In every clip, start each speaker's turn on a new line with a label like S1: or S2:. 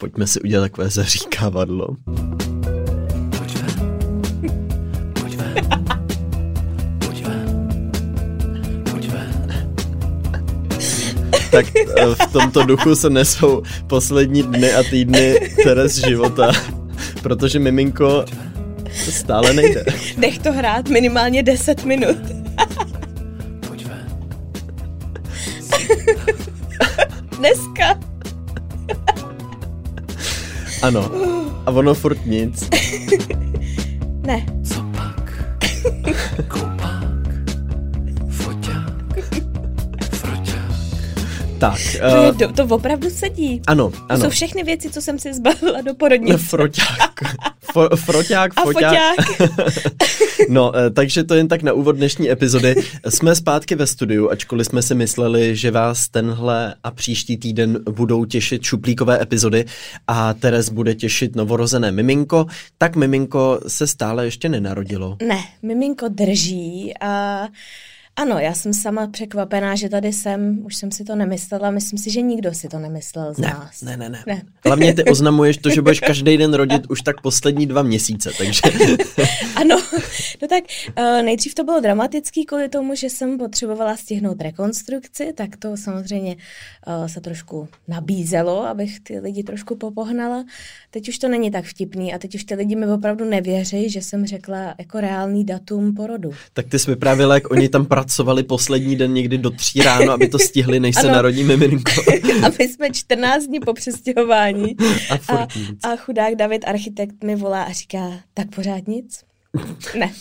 S1: Pojďme si udělat takové zaříkávadlo. Tak v tomto duchu se nesou poslední dny a týdny Teres života, protože miminko stále nejde.
S2: Nech to hrát minimálně 10 minut. Dneska.
S1: Ano. A ono furt nic.
S2: Ne.
S3: Co pak? Koupák, foťák, froťák.
S1: Tak.
S2: To opravdu sedí.
S1: Ano.
S2: To jsou všechny věci, co jsem si zbavila do porodnice.
S1: Froťák. Froťák,
S2: a foťák.
S1: No, takže to jen tak na úvod dnešní epizody. Jsme zpátky ve studiu, ačkoliv jsme si mysleli, že vás tenhle a příští týden budou těšit šuplíkové epizody a Teres bude těšit novorozené miminko, tak miminko se stále ještě nenarodilo.
S2: Ne, miminko drží a ano, já jsem sama překvapená, že tady jsem, už jsem si to nemyslela, myslím si, že nikdo si to nemyslel z nás.
S1: Ne. Hlavně ty oznamuješ to, že budeš každý den rodit už tak poslední 2 měsíce, takže...
S2: Ano, no tak nejdřív to bylo dramatický kvůli tomu, že jsem potřebovala stihnout rekonstrukci, tak to samozřejmě se trošku nabízelo, abych ty lidi trošku popohnala. Teď už to není tak vtipný a teď už ty lidi mi opravdu nevěří, že jsem řekla jako reálný datum porodu.
S1: Tak ty jsi vyprávěla, jak oni tam pracovali poslední den někdy do 3 ráno, aby to stihli, než se narodí miminko.
S2: A my jsme 14 dní po přestěhování.
S1: A
S2: chudák David, architekt, mi volá a říká, tak pořád nic? Ne.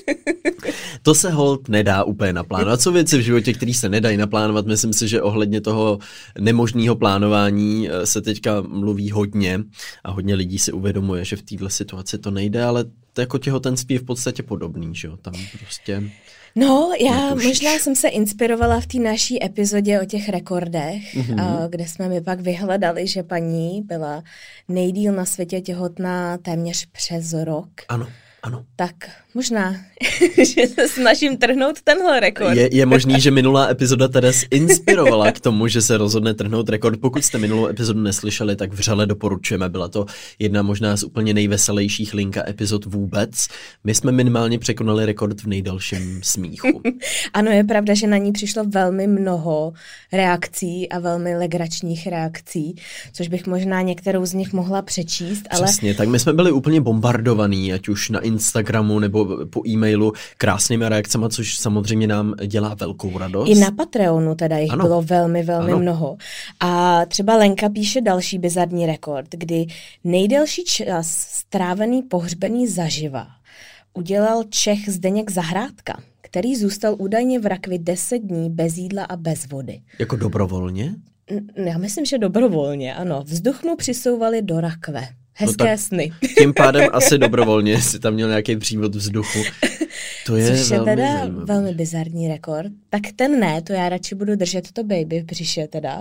S1: To se holt nedá úplně naplánovat. Jsou věci v životě, které se nedají naplánovat. Myslím si, že ohledně toho nemožného plánování se teďka mluví hodně a hodně lidí si uvědomuje, že v této situaci to nejde, ale to jako těhotenství je v podstatě podobný, že jo? Tam prostě...
S2: No, já možná jsem se inspirovala v té naší epizodě o těch rekordech, kde jsme mi pak vyhledali, že paní byla nejdýl na světě těhotná téměř přes rok.
S1: Ano.
S2: Tak možná, že se snažím trhnout tenhle rekord.
S1: Je možný, že minulá epizoda Teres inspirovala k tomu, že se rozhodne trhnout rekord. Pokud jste minulou epizodu neslyšeli, tak vřele doporučujeme. Byla to jedna možná z úplně nejveselějších linka epizod vůbec. My jsme minimálně překonali rekord v nejdelším smíchu.
S2: Ano, je pravda, že na ní přišlo velmi mnoho reakcí a velmi legračních reakcí, což bych možná některou z nich mohla přečíst.
S1: Přesně, tak my jsme byli úplně bombardovaní, ať už na Instagramu nebo po e-mailu krásnými reakcemi, což samozřejmě nám dělá velkou radost.
S2: I na Patreonu teda jich bylo velmi mnoho. A třeba Lenka píše další bizarní rekord, kdy nejdelší čas strávený pohřbený zaživa udělal Čech Zdeněk Zahrádka, který zůstal údajně v rakvi 10 dní bez jídla a bez vody.
S1: Jako dobrovolně?
S2: Já myslím, že dobrovolně, ano. Vzduch mu přisouvali do rakve. Hezké sny.
S1: Tím pádem asi dobrovolně, jestli tam měl nějaký přívod vzduchu. To je
S2: což je teda velmi bizarní rekord. Tak ten ne, to já radši budu držet to baby, přišel teda.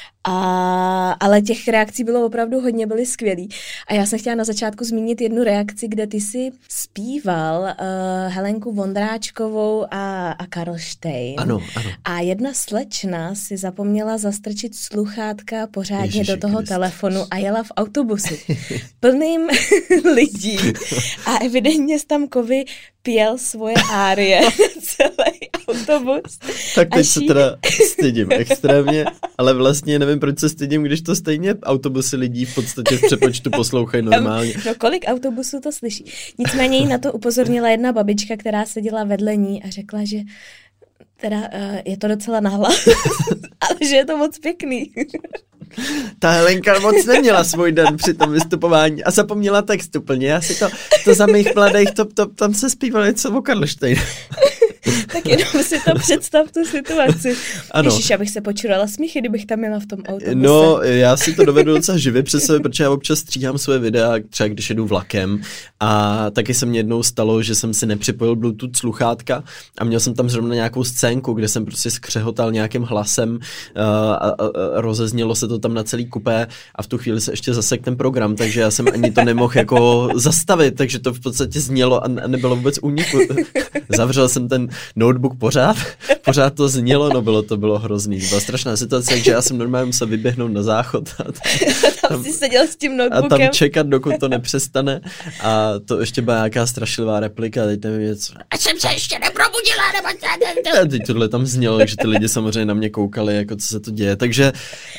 S2: Ale těch reakcí bylo opravdu hodně, byly skvělý. A já jsem chtěla na začátku zmínit jednu reakci, kde ty si zpíval Helenku Vondráčkovou a Karlštejn.
S1: Ano.
S2: A jedna slečna si zapomněla zastrčit sluchátka pořádně do toho telefonu a jela v autobusu plným lidí. A evidentně Stamkovi pěl svoje árie na celý autobus.
S1: Tak teď se teda stydím extrémně, ale vlastně nevím, proč se stydím, když to stejně autobusy lidí v podstatě v přepočtu poslouchají normálně.
S2: No kolik autobusů to slyší. Nicméně jí na to upozornila jedna babička, která seděla vedle ní a řekla, že teda je to docela nahlas, ale že je to moc pěkný.
S1: Ta Helenka moc neměla svůj den při tom vystupování a zapomněla text úplně. Já si to za mých mladých, tam se zpívalo něco o Karlštejnu.
S2: Tak jenom si to představ tu situaci.
S1: Ano.
S2: Ježiš, abych se počurala smíchy, kdybych tam měla v tom autobuse.
S1: No, já si to dovedu docela živě představit, protože já občas stříhám svoje videa, třeba když jedu vlakem a taky se mě jednou stalo, že jsem si nepřipojil Bluetooth sluchátka a měl jsem tam zrovna nějakou scénku, kde jsem prostě skřehotal nějakým hlasem a rozeznělo se to tam na celý kupé a v tu chvíli se ještě zasek ten program, takže já jsem ani to nemohl jako zastavit, takže to v podstatě znělo a nebylo vůbec úniku. Zavřel jsem ten notebook pořád to znělo, no bylo hrozný. Byla strašná situace, takže já jsem normálně musel vyběhnout na záchod.
S2: Tam si seděl s tím notebookem.
S1: A tam čekat, dokud to nepřestane. A to ještě byla nějaká strašlivá replika, teď nevím něco. A jsem se ještě neprobudila, nebo teď tohle tam znělo, takže ty lidi samozřejmě na mě koukali, jako co se to děje. Takže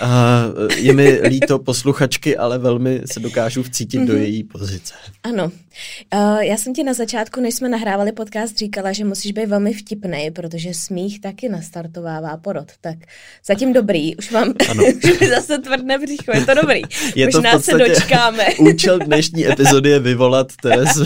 S1: je mi líto posluchačky, ale velmi se dokážu vcítit do její pozice.
S2: Ano. Já jsem ti na začátku, než jsme nahrávali podcast, říkala, že musíš být velmi vtipnej, protože smích taky nastartovává porod. Tak zatím dobrý, už mám už mi zase tvrdne břicho, je to dobrý. Možná se dočkáme.
S1: Účel dnešní epizody je vyvolat Terezu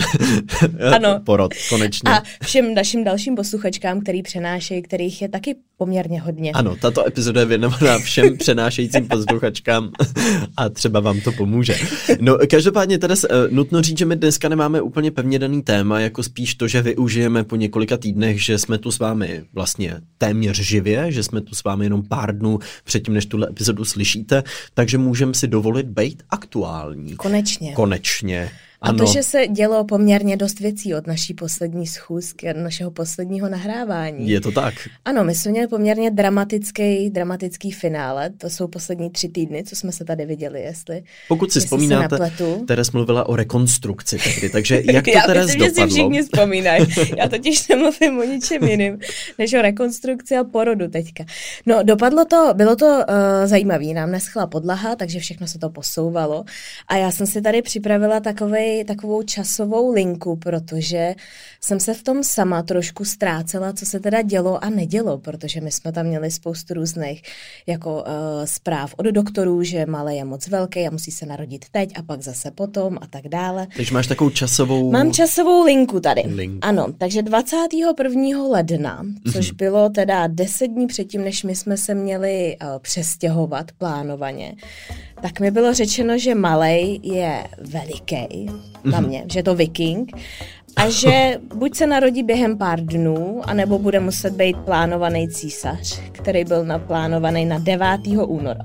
S1: porod, konečně.
S2: A všem našim dalším posluchačkám, který přenášejí, kterých je taky poměrně hodně.
S1: Ano, tato epizoda je věnovaná všem přenášejícím posluchačkám a třeba vám to pomůže. No, každopádně teda nutno říct, že my dneska nemáme úplně pevně daný téma, jako spíš to, že využijeme po několika týdnech, že jsme tu s vámi vlastně téměř živě, že jsme tu s vámi jenom pár dnů předtím, než tuhle epizodu slyšíte, takže můžeme si dovolit být aktuální. Konečně.
S2: A to, že se dělo poměrně dost věcí od naší poslední schůzky, od našeho posledního nahrávání.
S1: Je to tak.
S2: Ano, my jsme měli poměrně dramatický finále, to jsou poslední 3 týdny, co jsme se tady viděli,
S1: Pokud si vzpomínáte, Teres mluvila o rekonstrukci tehdy, takže jak to Teres dopadlo? Já myslím, že si všichni
S2: vzpomínají, já totiž nemluvím o ničem jiným, než o rekonstrukci a porodu teďka. No, dopadlo to, bylo to zajímavý, nám neschla podlaha, takže všechno se to posouvalo a já jsem si tady připravila takovou časovou linku, protože jsem se v tom sama trošku ztrácela, co se teda dělo a nedělo, protože my jsme tam měli spoustu různých jako zpráv od doktorů, že malý je moc velký a musí se narodit teď a pak zase potom a tak dále.
S1: Takže máš takovou časovou...
S2: Mám časovou linku tady. Ano, takže 21. ledna, což bylo teda 10 dní předtím, než my jsme se měli přestěhovat plánovaně, tak mi bylo řečeno, že malej je veliký na mě, že je to viking a že buď se narodí během pár dnů, anebo bude muset být plánovaný císař, který byl naplánovaný na 9. února.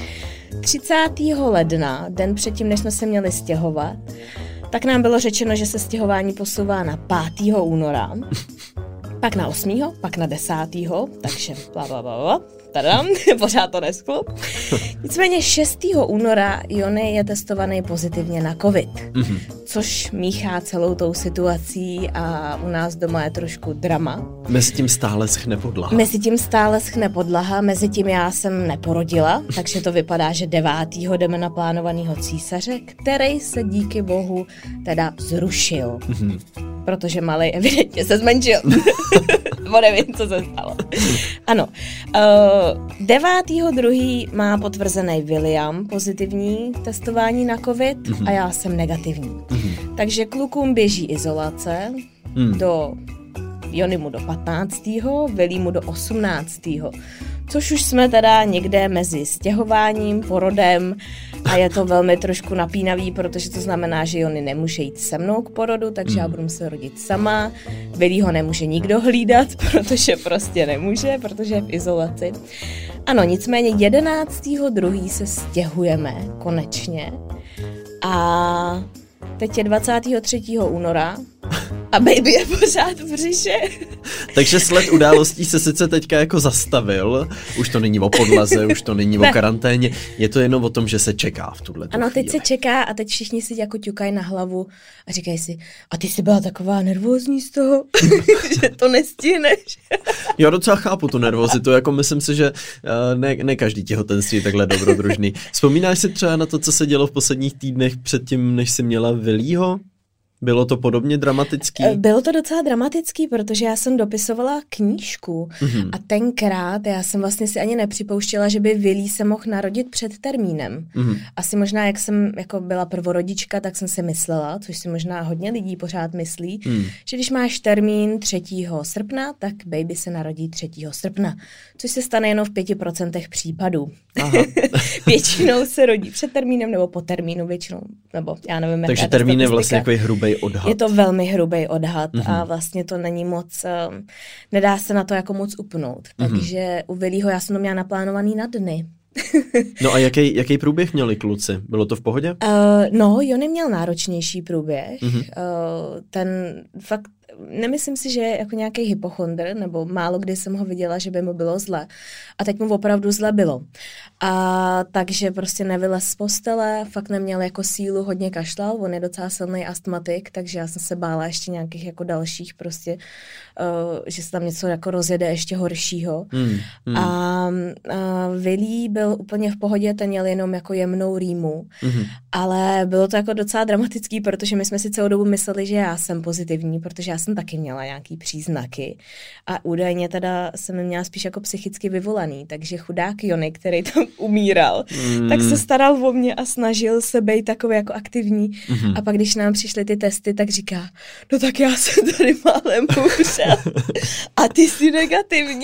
S2: 30. ledna, den předtím, než jsme se měli stěhovat, tak nám bylo řečeno, že se stěhování posouvá na 5. února, pak na 8., pak na 10., takže blablabla. Tadam, pořád to neschlo. Nicméně 6. února Jony je testovaný pozitivně na covid, což míchá celou tou situací a u nás doma je trošku drama.
S1: Mezitím stále schne podlaha. Mezitím já jsem neporodila, takže to vypadá, že 9. jdeme na plánovanýho císaře, který se díky bohu teda zrušil. Protože malej evidentně se zmenšil. Nebo nevím, co se stalo. Ano. 9.2. má potvrzený William pozitivní testování na covid a já jsem negativní. Takže klukům běží izolace do Jonimu do 15., Williamu do 18. Což už jsme teda někde mezi stěhováním, porodem a je to velmi trošku napínavý, protože to znamená, že Jony nemůže jít se mnou k porodu, takže já budu muset rodit sama. Willy ho nemůže nikdo hlídat, protože prostě nemůže, protože je v izolaci. Ano, nicméně 11.2. se stěhujeme konečně a teď je 23. února a baby je pořád v břiše. Takže sled událostí se sice teďka jako zastavil, už to není o podlaze, už to není o karanténě, je to jenom o tom, že se čeká v tuhle chvíli.
S2: Ano, teď se čeká a teď všichni si jako ťukají na hlavu a říkají si, a ty jsi byla taková nervózní z toho, že to nestihneš.
S1: Já docela chápu tu nervozitu, jako myslím si, že ne každý těhotenství je takhle dobrodružný. Vzpomínáš si třeba na to, co se dělo v posledních týdnech předtím, než jsi měla Willyho? Bylo to podobně dramatický?
S2: Bylo to docela dramatický, protože já jsem dopisovala knížku a tenkrát já jsem vlastně si ani nepřipouštěla, že by Willy se mohl narodit před termínem. Asi možná, jak jsem jako byla prvorodička, tak jsem si myslela, což si možná hodně lidí pořád myslí, že když máš termín 3. srpna, tak baby se narodí 3. srpna, což se stane jenom v 5% případů. Většinou se rodí před termínem nebo po termínu většinou, nebo já nevím, jaká.
S1: Takže termín je vlastně takový hrubý odhad.
S2: Je to velmi hrubý odhad a vlastně to není moc, nedá se na to jako moc upnout. Takže u Willyho já jsem to měla naplánovaný na dny.
S1: No a jaký průběh měli kluci? Bylo to v pohodě?
S2: No, Jony měl náročnější průběh. Ten fakt nemyslím si, že je jako nějaký hypochondr, nebo málo kdy jsem ho viděla, že by mu bylo zle. A teď mu opravdu zle bylo. A takže prostě nevylez z postele, fakt neměl jako sílu, hodně kašlal, on je docela silný astmatik, takže já jsem se bála ještě nějakých jako dalších prostě, že se tam něco jako rozjede ještě horšího. A Vilí byl úplně v pohodě, ten měl jenom jako jemnou rýmu, ale bylo to jako docela dramatický, protože my jsme si celou dobu mysleli, že já jsem pozitivní, protože já jsem taky měla nějaký příznaky a údajně teda jsem měla spíš jako psychicky vyvolaný, takže chudák Jony, který tam umíral, tak se staral o mě a snažil se být takový jako aktivní a pak když nám přišly ty testy, tak říká, no tak já jsem tady málem umřel a ty jsi negativní.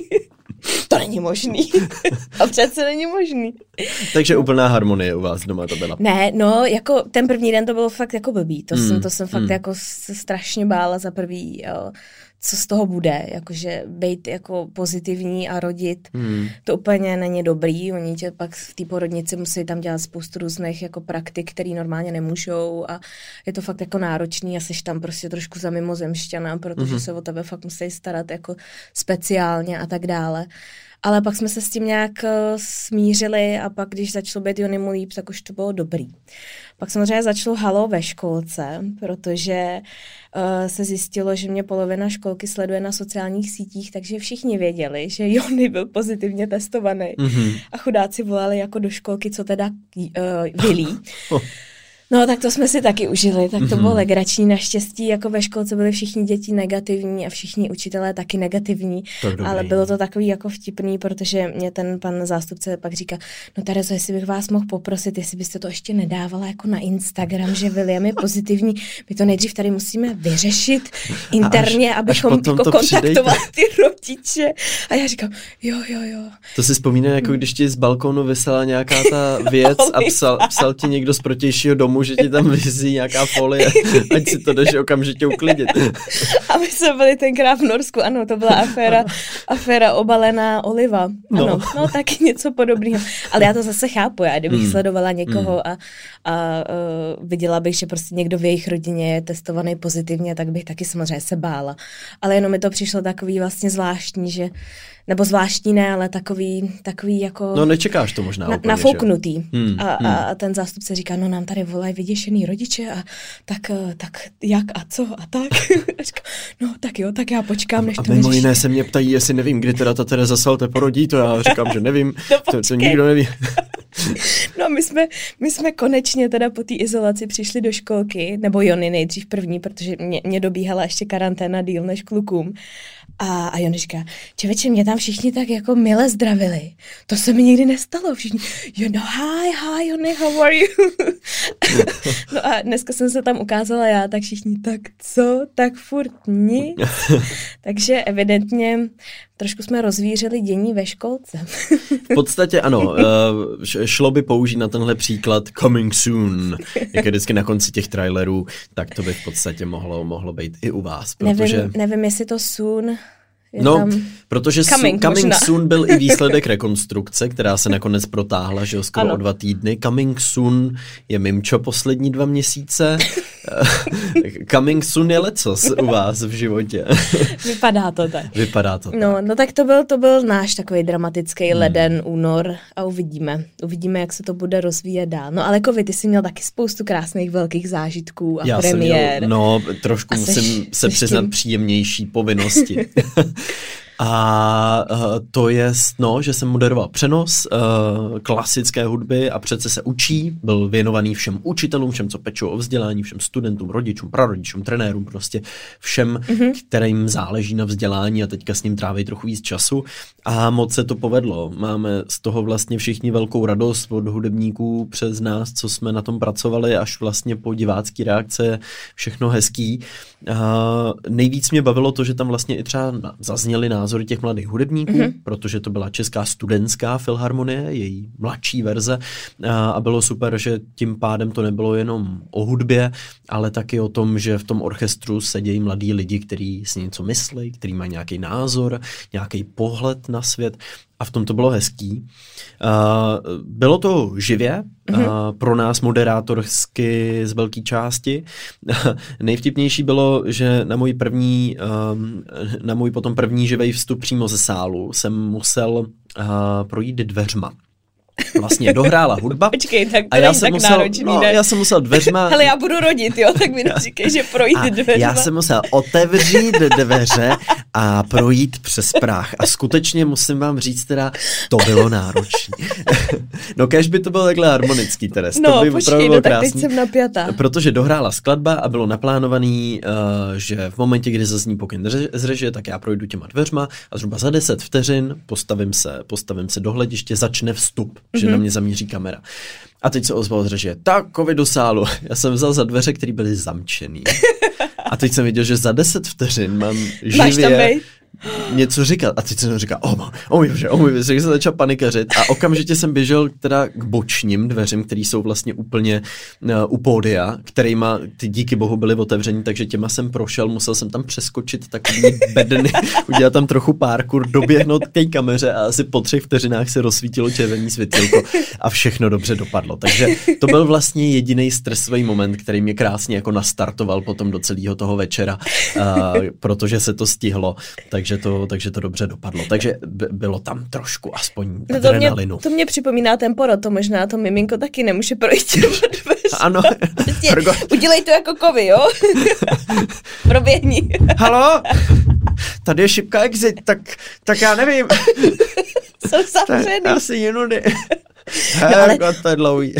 S2: To není možný. A přece není možný.
S1: Takže úplná harmonie u vás doma to byla.
S2: Ne, no, jako ten první den to bylo fakt jako blbý. To jsem fakt jako se strašně bála za prvý, jo, co z toho bude. Jakože být jako pozitivní a rodit, to úplně není dobrý. Oni tě pak v té porodnici musí tam dělat spoustu různých jako praktik, který normálně nemůžou a je to fakt jako náročný a seš tam prostě trošku za mimozemšťana, protože se o tebe fakt musí starat jako speciálně a tak dále. Ale pak jsme se s tím nějak smířili a pak, když začalo být Jonimu líp, tak už to bylo dobrý. Pak samozřejmě začalo halo ve školce, protože se zjistilo, že mě polovina školky sleduje na sociálních sítích, takže všichni věděli, že Jony byl pozitivně testovaný. A chudáci volali jako do školky, co teda Vilí. No, tak to jsme si taky užili, tak to bylo legrační. Naštěstí, jako ve školce byli všichni děti negativní a všichni učitelé taky negativní, ale bylo to takový jako vtipný, protože mě ten pan zástupce pak říká, no Terezo, jestli bych vás mohl poprosit, jestli byste to ještě nedávala jako na Instagram, že William je pozitivní, my to nejdřív tady musíme vyřešit interně, abychom jako kontaktovali ty rodiče. A já říkám, jo.
S1: To si vzpomínám, jako když ti z balkónu vysela nějaká ta věc a psal ti někdo z protějšího domu, že ti tam vysí nějaká folie, ať si to jdeš okamžitě uklidit.
S2: A my jsme byli tenkrát v Norsku, ano, to byla aféra obalená oliva. Ano, no taky něco podobného. Ale já to zase chápu, já kdybych sledovala někoho a viděla bych, že prostě někdo v jejich rodině je testovaný pozitivně, tak bych taky samozřejmě se bála. Ale jenom mi to přišlo takový vlastně zvláštní, že nebo zvláštní ne, ale takový jako...
S1: No nečekáš to možná úplně,
S2: nafouknutý. A ten zástupce říká, no nám tady volají vyděšený rodiče a tak jak a co a tak. A říká, no tak jo, tak já počkám, než to vyřeší.
S1: A mimo jiné se mě ptají, jestli nevím, kdy teda ta Tereza Salte porodí, to já říkám, že nevím, to nikdo neví.
S2: No my jsme konečně teda po té izolaci přišli do školky, nebo Jony nejdřív první, protože mě dobíhala ještě karanténa díl než klukům. A Jony říká, čeveče, mě tam všichni tak jako mile zdravili. To se mi nikdy nestalo. Všichni, hi, Jony, how are you? No a dneska jsem se tam ukázala já, tak všichni, tak co? Tak furt nic. Takže evidentně trošku jsme rozvířili dění ve školce.
S1: V podstatě ano, šlo by použít na tenhle příklad coming soon, jak je vždycky na konci těch trailerů, tak to by v podstatě mohlo být i u vás. Protože...
S2: Nevím, jestli to soon...
S1: protože coming soon byl i výsledek rekonstrukce, která se nakonec protáhla, že jo, skoro o 2 týdny. Coming soon je mimčo poslední 2 měsíce. Coming soon je lecos u vás v životě.
S2: Vypadá to tak. No tak to byl náš takový dramatický leden, únor a uvidíme, jak se to bude rozvíjet dál. No ale Kovi, ty jsi měl taky spoustu krásných velkých zážitků a premiér.
S1: Trošku musím se přiznat příjemnější povinnosti. A to je, že jsem moderoval přenos klasické hudby a přece se učí, byl věnovaný všem učitelům, všem, co pečou o vzdělání, všem studentům, rodičům, prarodičům, trenérům, prostě všem, kterým záleží na vzdělání a teďka s ním tráví trochu víc času a moc se to povedlo. Máme z toho vlastně všichni velkou radost od hudebníků přes nás, co jsme na tom pracovali, až vlastně po divácký reakce, všechno hezký. Nejvíc mě bavilo to, že tam vlastně i třeba zazněly názory těch mladých hudebníků, protože to byla Česká studentská filharmonie, její mladší verze a bylo super, že tím pádem to nebylo jenom o hudbě, ale taky o tom, že v tom orchestru sedějí mladí lidi, kteří si něco myslí, kteří mají nějaký názor, nějaký pohled na svět. a v tom to bylo hezký. Bylo to živě, pro nás moderátorsky z velké části. Nejvtipnější bylo, že na můj potom první živej vstup přímo ze sálu jsem musel projít dveřma. Vlastně dohrála hudba.
S2: Počkej, tak to není tak náročný, ne?
S1: Já jsem musel dveřma...
S2: Hele, já budu rodit, jo, tak mi neříkej, že projít dveřma.
S1: Já jsem musel otevřít dveře a projít přes práh. A skutečně musím vám říct teda, to bylo náročné. No kéž by to byl takhle harmonický trest.
S2: No,
S1: to by
S2: počkej, no tak teď jsem napjatá.
S1: Protože dohrála skladba a bylo naplánovaný, že v momentě, kdy zazní pokyn z režie, tak já projdu těma dveřma a zhruba za 10 vteřin postavím se do hlediště, začne vstup, že na mě zamíří kamera. A teď se ozval z režie, takový do sálu. Já jsem vzal za dveře, které byly zamčený. A teď jsem viděl, že za 10 vteřin mám živě něco říkat. A teď jsem říkal, můj bože, jsem začal panikařit a okamžitě jsem běžel teda k bočním dveřím, které jsou vlastně úplně u pódia, kterýma ty díky bohu byly otevření, takže těma jsem prošel, musel jsem tam přeskočit takový bedny, udělat tam trochu parkour, doběhnout k té kameře a asi po 3 vteřinách se rozsvítilo červený světilko a všechno dobře dopadlo. Takže to byl vlastně jediný stresový moment, který mě krásně jako nastartoval potom do celého toho večera, protože se to stihlo. Takže to dobře dopadlo. Takže bylo tam trošku aspoň adrenalinu.
S2: To mě připomíná ten porod, to možná to miminko taky nemůže projít.
S1: Ano.
S2: Udělej to jako kovy, jo? Proběhni.
S1: Halo? Tady je šipka exit, tak já nevím.
S2: Jsou zavřený.
S1: Asi jinudy. Herko, to je dlouhý.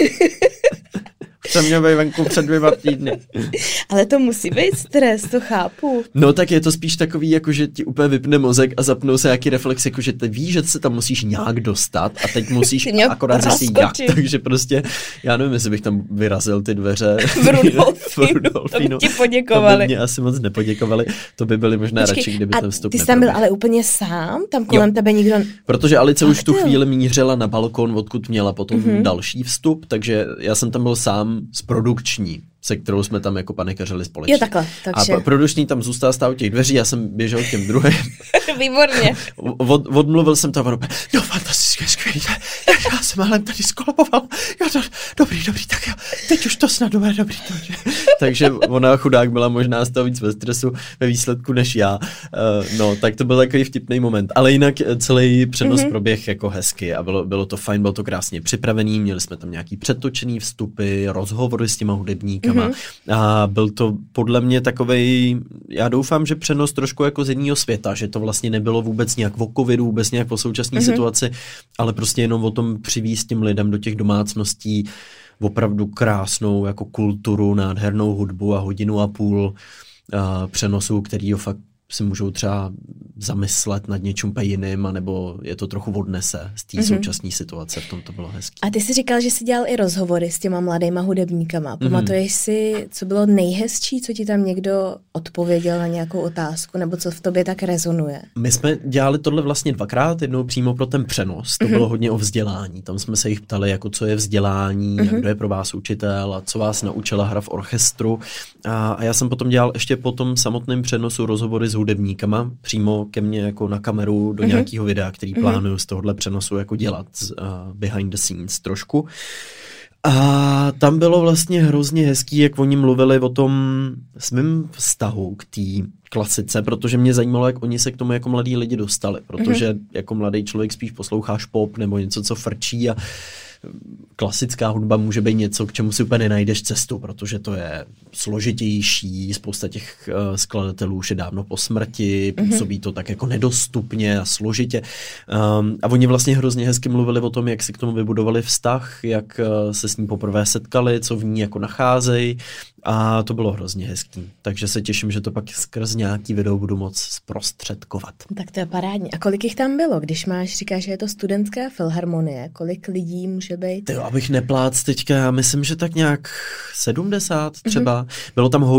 S1: Jsem měl být venku před 2 týdny.
S2: Ale to musí být stres, to chápu.
S1: No tak je to spíš takový, jako že ti úplně vypne mozek a zapnou se nějaký reflex, jako že ty víš, že se tam musíš nějak dostat a teď musíš akorát zjistit jak. Takže prostě, já nevím, jestli bych tam vyrazil ty dveře.
S2: V Rudolfínu. To by ti poděkovali.
S1: To by mě asi moc nepoděkovali. To by byli možná radši, kdyby ten vstup
S2: ty jsi tam byl ale úplně sám? Tam kolem tebe nikdo...
S1: Protože Alice už tu chvíli mířila na balkon, odkud měla potom další vstup, takže já jsem tam byl sám s produkční, se kterou jsme tam jako panikařili společně.
S2: Jo, takhle. Takže...
S1: A produkční tam zůstal stát u těch dveří, já jsem běžel k těm druhým.
S2: Výborně.
S1: Odmluvil jsem to a no fantastické, skvělý, já jsem ale tady skolaboval. Dobrý, tak jo, teď už to snad dobrý. Takže ona chudák byla možná z toho víc ve stresu ve výsledku než já. No, tak to byl takový vtipný moment. Ale jinak celý přenos proběh jako hezky a bylo to fajn, bylo to krásně připravený, měli jsme tam nějaký předtočený vstupy, rozhovory s těma hudebníkama a byl to podle mě takovej, já doufám, že přenos trošku jako z jiného světa, že to vlastně nebylo vůbec nějak o covidu, vůbec nějak o současné situaci, ale prostě jenom o tom přivízt těm lidem do těch domácností opravdu krásnou jako kulturu, nádhernou hudbu a 1,5 hodiny přenosu, kterýho fakt si můžou třeba zamyslet nad něčím jiným, anebo je to trochu odnese z té současné situace, v tom to bylo hezký.
S2: A ty jsi říkal, že jsi dělal i rozhovory s těma mladýma hudebníkama. Pamatuješ si, co bylo nejhezčí, co ti tam někdo odpověděl na nějakou otázku, nebo co v tobě tak rezonuje?
S1: My jsme dělali tohle vlastně 2krát, jednou přímo pro ten přenos, to bylo hodně o vzdělání. Tam jsme se jich ptali, jako co je vzdělání, kdo je pro vás učitel a co vás naučila hra v orchestru. A já jsem potom dělal ještě po tom samotném přenosu rozhovory s hudebníkama, přímo ke mně jako na kameru do nějakého videa, který plánuju z tohohle přenosu jako dělat behind the scenes trošku. A tam bylo vlastně hrozně hezký, jak oni mluvili o tom svým vztahu k té klasice, protože mě zajímalo, jak oni se k tomu jako mladí lidi dostali, protože jako mladý člověk spíš posloucháš pop nebo něco, co frčí a klasická hudba může být něco, k čemu si úplně nenajdeš cestu, protože to je složitější, spousta těch skladatelů už je dávno po smrti, působí to tak jako nedostupně a složitě. A oni vlastně hrozně hezky mluvili o tom, jak si k tomu vybudovali vztah, jak se s ní poprvé setkali, co v ní jako nacházejí a to bylo hrozně hezký. Takže se těším, že to pak skrz nějaký video budu moc zprostředkovat.
S2: Tak to je parádní. A kolik jich tam bylo, když říkáš, že je to studentská filharmonie, kolik lidí může být?
S1: Tyjo, abych neplácl teďka, já myslím, že tak nějak 70 třeba. Bylo tam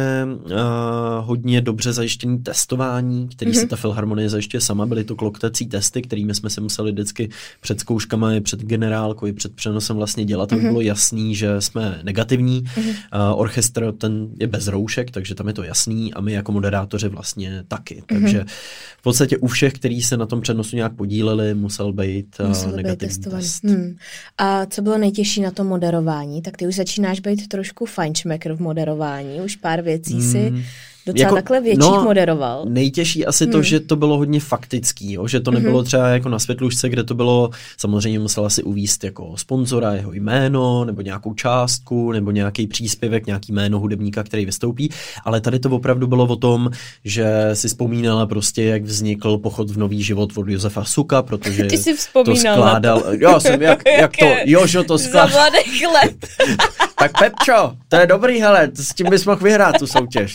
S1: hodně dobře zajištěné testování, který se ta filharmonie zajišťuje sama. Byly to kloktací testy, kterými jsme se museli vždycky před zkouškama i před generálkou, i před přenosem vlastně dělat. Tam bylo jasný, že jsme negativní. orchestr, ten je bez roušek, takže tam je to jasný a my jako moderátoři vlastně taky. Takže v podstatě u všech, kteří se na tom přenosu nějak podíleli, musel být negativní test.
S2: A co bylo nejtěžší na tom moderování? Tak ty už začínáš být trošku fajnšmekr v moderování, už pár věcí si docela jako, takhle větších moderoval.
S1: Nejtěžší asi to, že to bylo hodně faktický, jo? Že to nebylo třeba jako na Světlušce, kde to bylo, samozřejmě musela si uvést jako sponzora, jeho jméno, nebo nějakou částku, nebo nějaký příspěvek, nějaký jméno hudebníka, který vystoupí, ale tady to opravdu bylo o tom, že si vzpomínala prostě, jak vznikl Pochod v nový život od Josefa Suka, protože
S2: ty si vzpomínal
S1: to skládal, já jsem jak to, Jožo to skládal.
S2: Za mladých let.
S1: Tak Pepčo, to je dobrý, hele, s tím bys mohl vyhrát tu soutěž.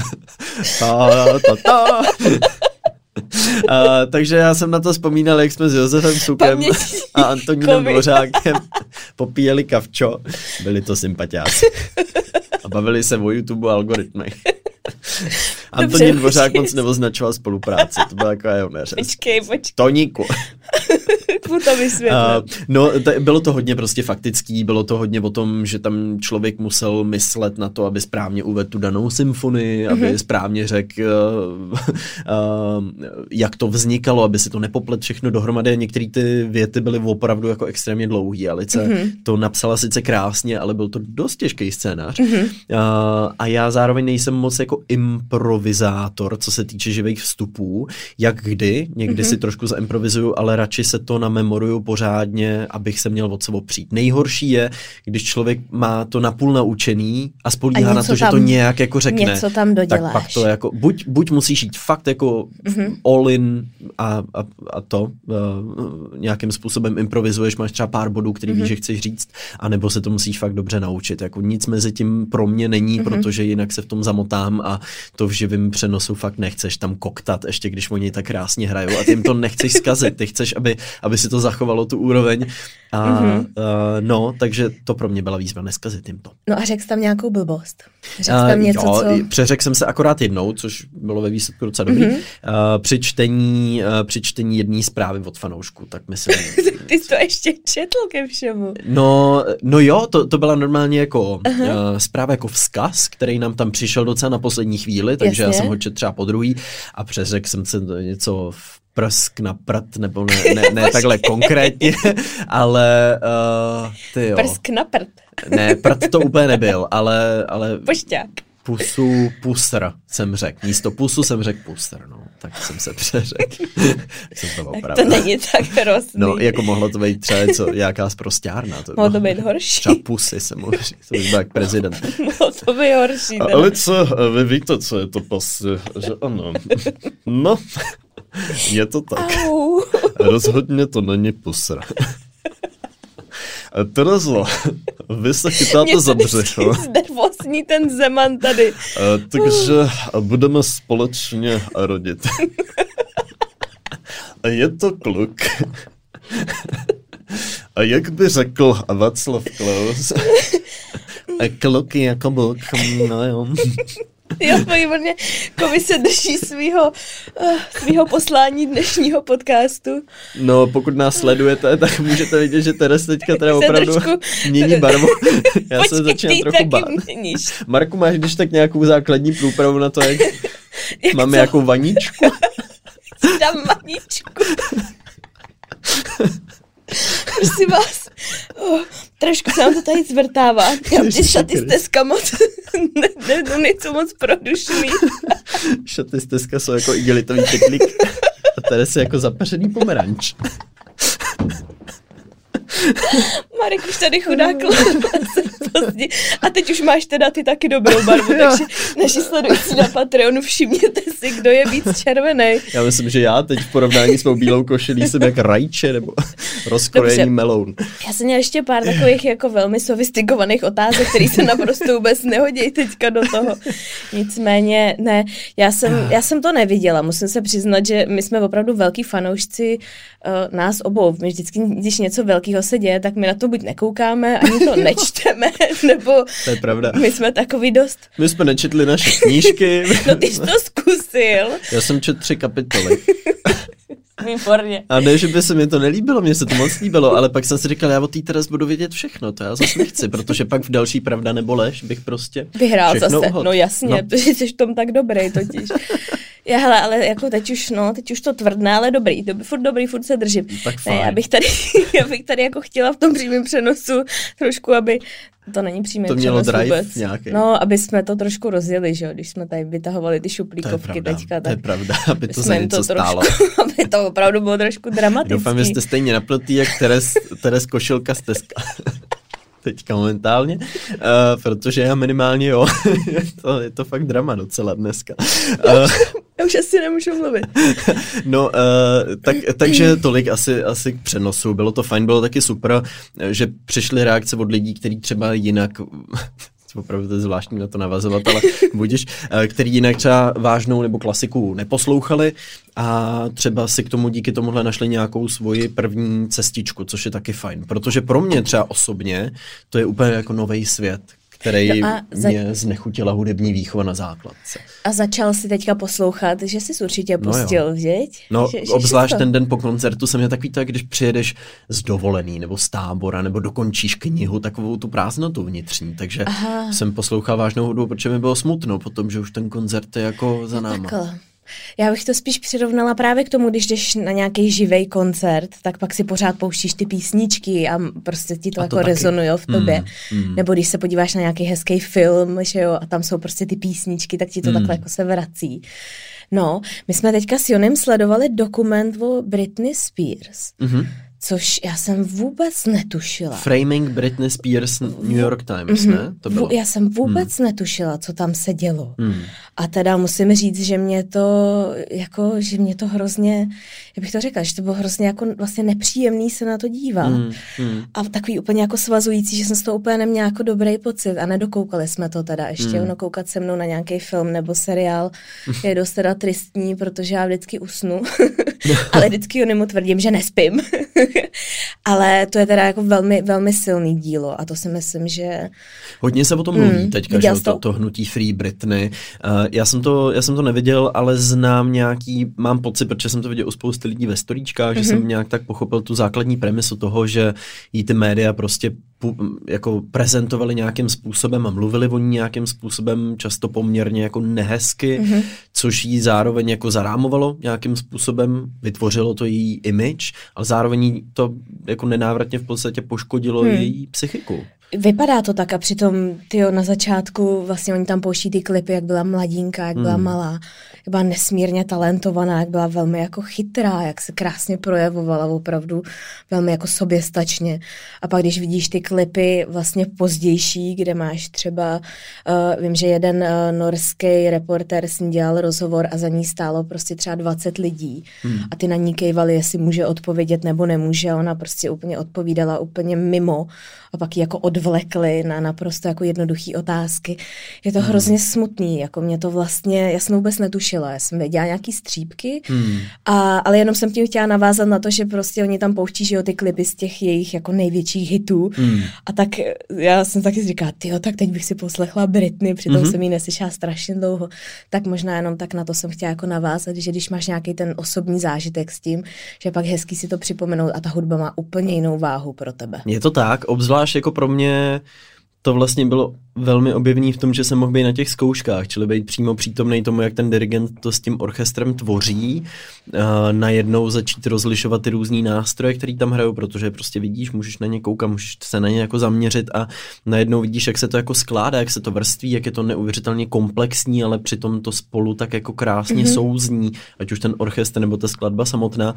S1: Takže já jsem na to vzpomínal, jak jsme s Josefem Sukem a Antonínem Dvořákem popíjeli kavčo. Byli to sympatiáci. A bavili se o YouTube a algoritmech. Antonín Dvořák moc neoznačoval spolupráci. To byla taková jeho neřez.
S2: Počkej.
S1: Toníku.
S2: To vysvětlím.
S1: Bylo to hodně prostě faktický, bylo to hodně o tom, že tam člověk musel myslet na to, aby správně uvedl tu danou symfonii, aby správně řekl, jak to vznikalo, aby si to nepoplet všechno dohromady. Některé ty věty byly opravdu jako extrémně dlouhý. Alice to napsala sice krásně, ale byl to dost těžký scénář. A já zároveň nejsem moc jako improvizátor, co se týče živých vstupů, jak kdy. Někdy si trošku zaimprovizuju, ale radši se to namemoruju pořádně, abych se měl od sebe přijít. Nejhorší je, když člověk má to napůl naučený a spolíhá na to, že to nějak jako řekne.
S2: Něco tam doděláš.
S1: Tak pak to jako, buď musíš jít fakt jako all in a to nějakým způsobem improvizuješ, máš třeba pár bodů, který víš, že chceš říct, anebo se to musíš fakt dobře naučit. Jako nic mezi tím pro mě není, protože jinak se v tom zamotám a to v živém přenosu fakt nechceš tam koktat, ještě když oni tak krásně hrajou a ty jim to nechceš zkazit. Ty chceš, aby si to zachovalo tu úroveň. Takže to pro mě byla výzva neskazit jim to.
S2: No a řekl jsi tam nějakou blbost? Řekl tam něco, co...
S1: Přeřekl jsem se akorát jednou, což bylo ve výsledku docela dobrý. Při čtení jedné zprávy od fanoušku, tak myslím...
S2: Ty jsi to ještě četl ke všemu.
S1: No jo, to byla normálně jako zpráva jako vzkaz, který nám tam přišel docela na poslední chvíli, takže já jsem ho četl třeba podruhý a přeřekl jsem se něco prsk na prd, nebo ne takhle konkrétně, ale ty jo.
S2: Prsk na prd.
S1: Ne, prd to úplně nebyl, ale
S2: Pošťák.
S1: Pusr jsem řekl. Místo pusu jsem řekl pusr, no. Tak jsem se přeřekl.
S2: Tak to není tak hrozný.
S1: No, jako mohlo to být třeba nějaká sprosťárna.
S2: Mohlo to být horší.
S1: Třeba pusy se mohl říct. To bych byl jak prezident.
S2: Mohlo to být horší.
S1: Ale co, vy víte, co je to pasy, že ano. No, je to tak.
S2: Au.
S1: Rozhodně to není pusra. Terezo, vy se chytáte za břicho.
S2: Znervózní ten Zeman tady.
S1: Takže budeme společně rodit. Je to kluk. A jak by řekl Václav Klaus, kluk jako buk, no jo.
S2: Jo, výborně. Komise drží svýho poslání dnešního podcastu.
S1: No, pokud nás sledujete, tak můžete vidět, že Teres teďka teda opravdu mění barvu. Já se začínám trochu bát. Marku, máš když tak nějakou základní průpravu na to, jak máme nějakou vaničku?
S2: Dám vaničku. Prosím vás, trošku se nám to tady zvrtává. Já ty šaty z Teska moc nejsou moc produšný.
S1: Šaty z Teska jsou jako igelitový pytlík a tady je jako zapařený pomeranč.
S2: Marek už tady chudák pozdě. A teď už máš teda ty taky dobrou barvu, takže naši sledující na Patreonu, všimněte si, kdo je víc červený.
S1: Já myslím, že já teď v porovnání s mou bílou košilí jsem jak rajče nebo rozkrojený meloun. Já
S2: jsem měla ještě pár takových jako velmi sofistikovaných otázek, které se naprosto vůbec nehodí teďka do toho. Nicméně, ne, já jsem to neviděla. Musím se přiznat, že my jsme opravdu velký fanoušci nás obou. My vždycky, když něco velkého se děje, tak my na to buď nekoukáme, ani to nečteme, nebo
S1: to je pravda.
S2: My jsme takový dost...
S1: My jsme nečetli naše knížky.
S2: No ty jsi to zkusil.
S1: Já jsem četl 3 kapitoly.
S2: Výborně.
S1: A ne, že by se mi to nelíbilo, mně se to moc líbilo, ale pak jsem si říkal, já o té Teres budu vědět všechno, to já zase nechci, protože pak v další Pravda nebo lež bych prostě
S2: vyhrál
S1: všechno
S2: zase,
S1: uhod.
S2: no jasně, protože jsi v tom tak dobrý totiž. Hele, ale jako teď už to tvrdne, ale dobrý, furt se držím.
S1: Tak fajn.
S2: Ne, já bych tady jako chtěla v tom přímém přenosu trošku, aby to není přímý
S1: to mělo
S2: přenos
S1: drive
S2: vůbec.
S1: Nějaký.
S2: No, aby jsme to trošku rozjeli, že jo, když jsme tady vytahovali ty šuplíkovky teďka.
S1: To je pravda, aby to za něco stálo.
S2: Aby to opravdu bylo trošku dramatický.
S1: Doufám, že jste stejně napnutý, jak Teres Košilka z Teska. Teďka momentálně, protože já minimálně jo, je to fakt drama docela dneska.
S2: Já už asi nemůžu mluvit.
S1: No, takže tolik asi k přenosu, bylo to fajn, bylo taky super, že přišly reakce od lidí, kteří třeba jinak, opravdu to je zvláštní na to navazovat, ale budiš, který jinak třeba vážnou nebo klasiku neposlouchali a třeba si k tomu díky tomuhle našli nějakou svoji první cestičku, což je taky fajn, protože pro mě třeba osobně to je úplně jako nový svět, který mě znechutila hudební výchova na základce.
S2: A začal si teďka poslouchat, že jsi určitě pustil, viď?
S1: No, obzvlášť ten den po koncertu jsem měl takový to, když přijedeš z dovolený, nebo z tábora, nebo dokončíš knihu, takovou tu prázdnotu vnitřní, takže jsem poslouchal vážnou hudbu, protože mi bylo smutno potom, že už ten koncert je jako za náma.
S2: Takhle. Já bych to spíš přirovnala právě k tomu, když jdeš na nějaký živej koncert, tak pak si pořád pouštíš ty písničky a prostě ti to jako rezonuje v tobě. Nebo když se podíváš na nějaký hezký film, že jo, a tam jsou prostě ty písničky, tak ti to takhle jako se vrací. No, my jsme teďka s Jonem sledovali dokument o Britney Spears. Což já jsem vůbec netušila.
S1: Framing Britney Spears New York Times, ne? To bylo.
S2: Já jsem vůbec netušila, co tam se dělo. A teda musím říct, že mě to hrozně, jak bych to řekla, že to bylo hrozně jako vlastně nepříjemný se na to dívat. A takový úplně jako svazující, že jsem z toho úplně neměla jako dobrý pocit a nedokoukali jsme to teda ještě. Ono koukat se mnou na nějaký film nebo seriál je dost teda tristní, protože já vždycky usnu. Ale vždycky nemu tvrdím, že nespím. Ale to je teda jako velmi, velmi silný dílo a to si myslím, že...
S1: Hodně se o tom mluví teďka, že to hnutí Free Britney. Já jsem to neviděl, ale mám pocit, protože jsem to viděl u spousty lidí ve storíčkách, že jsem nějak tak pochopil tu základní premisu toho, že jí ty média prostě jako prezentovali nějakým způsobem a mluvili o ní nějakým způsobem, často poměrně jako nehezky, což jí zároveň jako zarámovalo nějakým způsobem, vytvořilo to její image, ale zároveň to jako nenávratně v podstatě poškodilo její psychiku.
S2: Vypadá to tak a přitom na začátku vlastně oni tam pouští ty klipy, jak byla mladínka, jak byla malá, jak byla nesmírně talentovaná, jak byla velmi jako chytrá, jak se krásně projevovala opravdu velmi jako soběstačně. A pak když vidíš ty klipy vlastně pozdější, kde máš třeba, vím, že jeden norský reportér s ní dělal rozhovor a za ní stálo prostě třeba 20 lidí a ty na ní kejvali, jestli může odpovědět nebo nemůže a ona prostě úplně odpovídala úplně mimo a pak ji jako odvlekli na naprosto jako jednoduchý otázky. Je to hrozně smutný, jako mě to vlastně, já jsem vůbec netušila, já jsem věděla nějaký střípky, ale jenom jsem tím chtěla navázat na to, že prostě oni tam pouští, že jo, ty klipy z těch jejich jako největších hitů a tak já jsem taky říkala, tak teď bych si poslechla Britney, přitom jsem jí neslyšela strašně dlouho, tak možná jenom tak na to jsem chtěla jako navázat, že když máš nějaký ten osobní zážitek s tím, že pak hezký si to připomenout a ta hudba má úplně jinou váhu pro tebe.
S1: Je to tak, obzvlášť jako pro mě to vlastně bylo velmi objevný v tom, že jsem mohl být na těch zkouškách, čili být přímo přítomný tomu, jak ten dirigent to s tím orchestrem tvoří, najednou začít rozlišovat ty různý nástroje, který tam hrajou, protože prostě vidíš, můžeš na ně koukat, můžeš se na ně jako zaměřit a najednou vidíš, jak se to jako skládá, jak se to vrství, jak je to neuvěřitelně komplexní, ale přitom to spolu tak jako krásně souzní, ať už ten orchestr nebo ta skladba samotná.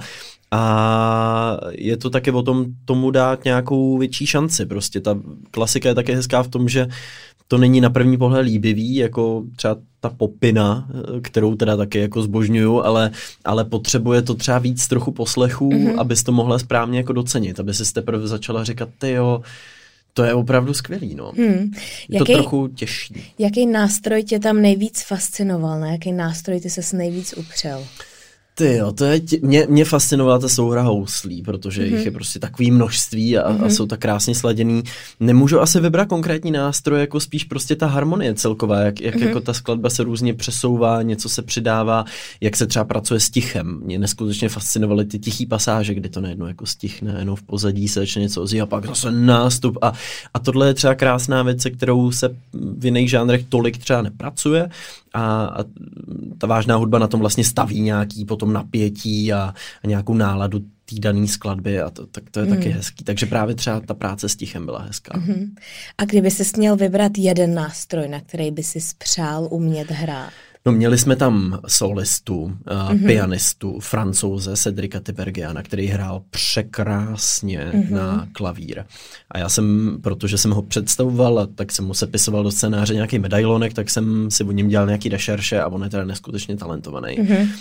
S1: A je to taky o tom tomu dát nějakou větší šanci. Prostě ta klasika je také hezká v tom, že to není na první pohled líbivý, jako třeba ta popina, kterou teda taky jako zbožňuju, ale potřebuje to třeba víc trochu poslechů, abys to mohla správně jako docenit, aby si teprve začala říkat, tyjo, to je opravdu skvělý, no. Je to trochu těžší.
S2: Jaký nástroj tě tam nejvíc fascinoval, na jaký nástroj ty ses nejvíc upřel?
S1: Tyjo, mě fascinovala ta souhra houslí, protože jich je prostě takový množství a jsou tak krásně sladěný. Nemůžu asi vybrat konkrétní nástroj, jako spíš prostě ta harmonie celková, jak jako ta skladba se různě přesouvá, něco se přidává, jak se třeba pracuje s tichem. Mě neskutečně fascinovaly ty tichý pasáže, kdy to najednou jako stichne, jenom v pozadí se začne něco ozývat, a pak zase nástup a tohle je třeba krásná věc, se kterou se v jiných žánrech tolik třeba nepracuje a ta vážná hudba na tom vlastně staví nějaký potom napětí a nějakou náladu té dané skladby a to je taky hezký. Takže právě třeba ta práce s tichem byla hezká.
S2: A kdyby ses měl vybrat jeden nástroj, na který by si přál umět hrát?
S1: No, měli jsme tam solistu, pianistu, Francouze Cedrika Tiberghiyana, který hrál překrásně na klavír. A já jsem, protože jsem ho představoval, a tak jsem mu sepisoval do scénáře nějaký medailonek, tak jsem si o něm dělal nějaký rešerše a on je teda neskutečně talentovaný.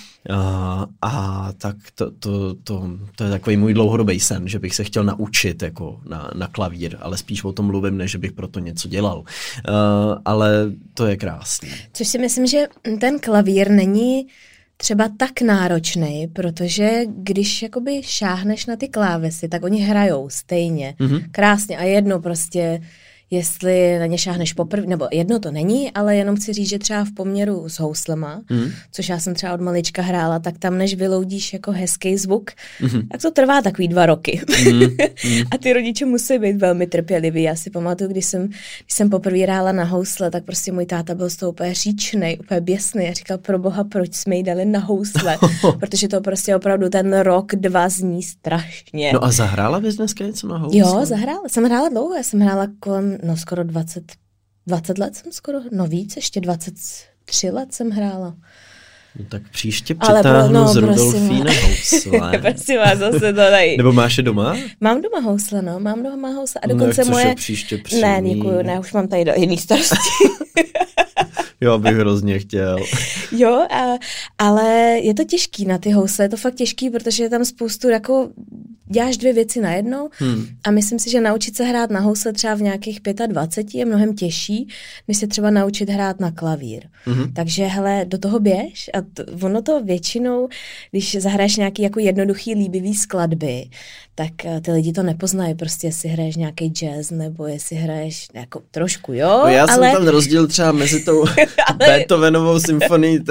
S1: A tak to je takový můj dlouhodobý sen, že bych se chtěl naučit jako na klavír, ale spíš o tom mluvím, než bych proto něco dělal. Ale to je krásný.
S2: Což si myslím, že ten klavír není třeba tak náročný, protože když jakoby šáhneš na ty klávesy, tak oni hrajou stejně. Krásně a jedno prostě, jestli na ně šáhneš poprvé, nebo jedno to není, ale jenom chci říct, že třeba v poměru s houslema, což já jsem třeba od malička hrála, tak tam než vyloudíš jako hezký zvuk, tak to trvá takový 2 roky. A ty rodiče musí být velmi trpěliví. Já si pamatuju, když jsem poprvé hrála na housle, tak prostě můj táta byl z toho úplně říčnej, úplně běsný a říkal, pro boha, proč jsme jí dali na housle, protože to prostě opravdu ten rok, 2 zní strašně.
S1: No a zahrála bys dneska něco na housle?
S2: Jo, jsem hrála dlouho, já jsem hrála kolem skoro 20 let jsem skoro, víc, ještě 23 let jsem hrála.
S1: No, tak příště přitáhnu z Rudolfína housle.
S2: Prosím vás, zase to tady.
S1: Nebo máš je doma?
S2: Mám doma housle, mám doma housle a dokonce moje...
S1: příště
S2: Ne, děkuju, ne, už mám tady do jiný starosti.
S1: Jo, bych hrozně chtěl.
S2: Jo, ale je to těžký na ty housle, je to fakt těžký, protože je tam spoustu, jako děláš 2 věci najednou a myslím si, že naučit se hrát na housle třeba v nějakých 25 je mnohem těžší, než se třeba naučit hrát na klavír. Takže hele, do toho běž a ono to většinou, když zahraješ nějaký jako jednoduchý líbivý skladby, tak ty lidi to nepoznají, prostě jestli hraješ nějaký jazz, nebo jestli hraješ jako trošku, jo.
S1: No já jsem tam rozdíl třeba mezi tou Beethovenovou symfonií